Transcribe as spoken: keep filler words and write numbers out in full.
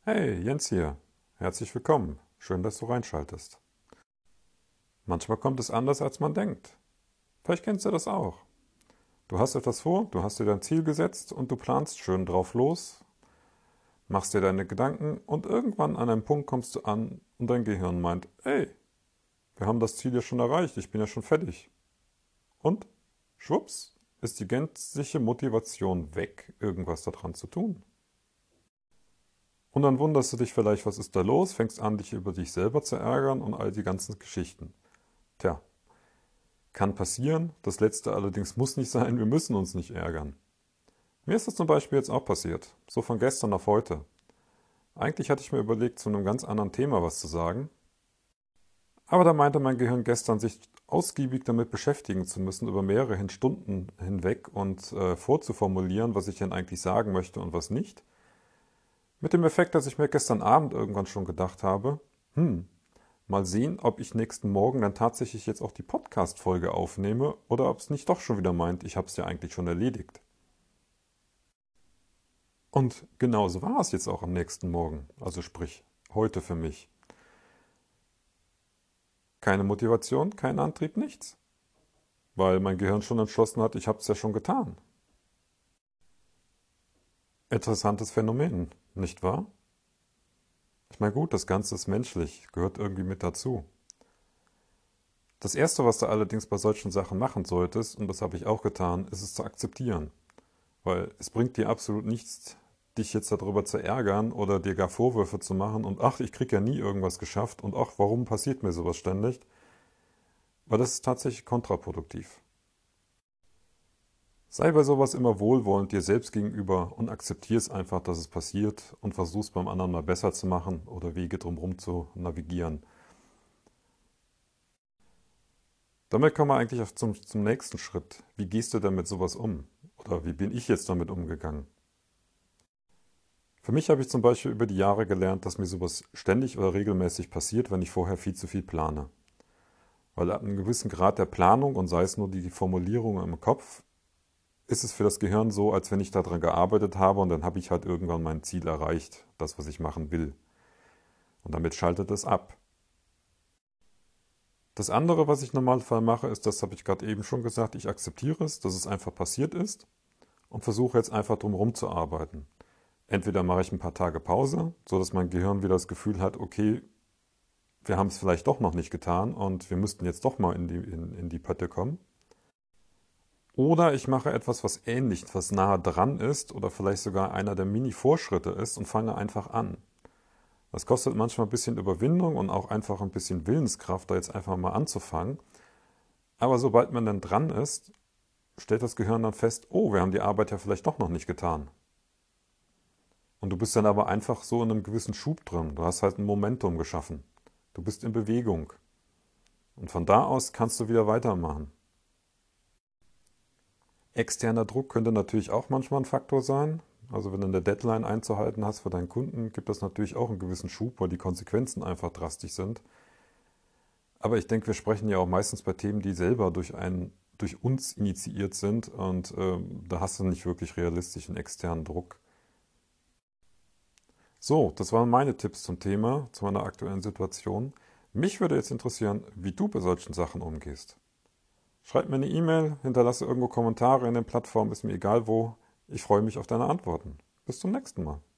Hey, Jens hier. Herzlich willkommen. Schön, dass du reinschaltest. Manchmal kommt es anders, als man denkt. Vielleicht kennst du das auch. Du hast etwas vor, du hast dir dein Ziel gesetzt und du planst schön drauf los, machst dir deine Gedanken und irgendwann an einem Punkt kommst du an und dein Gehirn meint, ey, wir haben das Ziel ja schon erreicht, ich bin ja schon fertig. Und schwupps, ist die gänzliche Motivation weg, irgendwas daran zu tun. Und dann wunderst du dich vielleicht, was ist da los, fängst an, dich über dich selber zu ärgern und all die ganzen Geschichten. Tja, kann passieren. Das letzte allerdings muss nicht sein, wir müssen uns nicht ärgern. Mir ist das zum Beispiel jetzt auch passiert, so von gestern auf heute. Eigentlich hatte ich mir überlegt, zu einem ganz anderen Thema was zu sagen, aber da meinte mein Gehirn gestern, sich ausgiebig damit beschäftigen zu müssen, über mehrere Stunden hinweg und äh, vorzuformulieren, was ich denn eigentlich sagen möchte und was nicht. Mit dem Effekt, dass ich mir gestern Abend irgendwann schon gedacht habe, hm, mal sehen, ob ich nächsten Morgen dann tatsächlich jetzt auch die Podcast-Folge aufnehme oder ob es nicht doch schon wieder meint, ich habe es ja eigentlich schon erledigt. Und genauso war es jetzt auch am nächsten Morgen, also sprich heute für mich. Keine Motivation, kein Antrieb, nichts. Weil mein Gehirn schon entschlossen hat, ich habe es ja schon getan. Interessantes Phänomen, nicht wahr? Ich meine gut, das Ganze ist menschlich, gehört irgendwie mit dazu. Das Erste, was du allerdings bei solchen Sachen machen solltest, und das habe ich auch getan, ist es zu akzeptieren. Weil es bringt dir absolut nichts, dich jetzt darüber zu ärgern oder dir gar Vorwürfe zu machen und ach, ich kriege ja nie irgendwas geschafft und ach, warum passiert mir sowas ständig? Weil das ist tatsächlich kontraproduktiv. Sei bei sowas immer wohlwollend dir selbst gegenüber und akzeptier es einfach, dass es passiert und versuch es beim anderen mal besser zu machen oder Wege drumherum zu navigieren. Damit kommen wir eigentlich auch zum, zum nächsten Schritt. Wie gehst du denn mit sowas um? Oder wie bin ich jetzt damit umgegangen? Für mich habe ich zum Beispiel über die Jahre gelernt, dass mir sowas ständig oder regelmäßig passiert, wenn ich vorher viel zu viel plane. Weil ab einem gewissen Grad der Planung und sei es nur die Formulierung im Kopf, ist es für das Gehirn so, als wenn ich daran gearbeitet habe und dann habe ich halt irgendwann mein Ziel erreicht, das, was ich machen will. Und damit schaltet es ab. Das andere, was ich im Normalfall mache, ist, das habe ich gerade eben schon gesagt, ich akzeptiere es, dass es einfach passiert ist und versuche jetzt einfach drum zu arbeiten. Entweder mache ich ein paar Tage Pause, sodass mein Gehirn wieder das Gefühl hat, okay, wir haben es vielleicht doch noch nicht getan und wir müssten jetzt doch mal in die, in, in die Pötte kommen. Oder ich mache etwas, was ähnlich, was nahe dran ist oder vielleicht sogar einer der Mini-Vorschritte ist und fange einfach an. Das kostet manchmal ein bisschen Überwindung und auch einfach ein bisschen Willenskraft, da jetzt einfach mal anzufangen. Aber sobald man dann dran ist, stellt das Gehirn dann fest, oh, wir haben die Arbeit ja vielleicht doch noch nicht getan. Und du bist dann aber einfach so in einem gewissen Schub drin. Du hast halt ein Momentum geschaffen. Du bist in Bewegung. Und von da aus kannst du wieder weitermachen. Externer Druck könnte natürlich auch manchmal ein Faktor sein. Also wenn du eine Deadline einzuhalten hast für deinen Kunden, gibt das natürlich auch einen gewissen Schub, weil die Konsequenzen einfach drastisch sind. Aber ich denke, wir sprechen ja auch meistens bei Themen, die selber durch einen, durch uns initiiert sind und ähm, da hast du nicht wirklich realistischen externen Druck. So, das waren meine Tipps zum Thema, zu meiner aktuellen Situation. Mich würde jetzt interessieren, wie du bei solchen Sachen umgehst. Schreib mir eine E-Mail, hinterlasse irgendwo Kommentare in den Plattformen, ist mir egal wo. Ich freue mich auf deine Antworten. Bis zum nächsten Mal.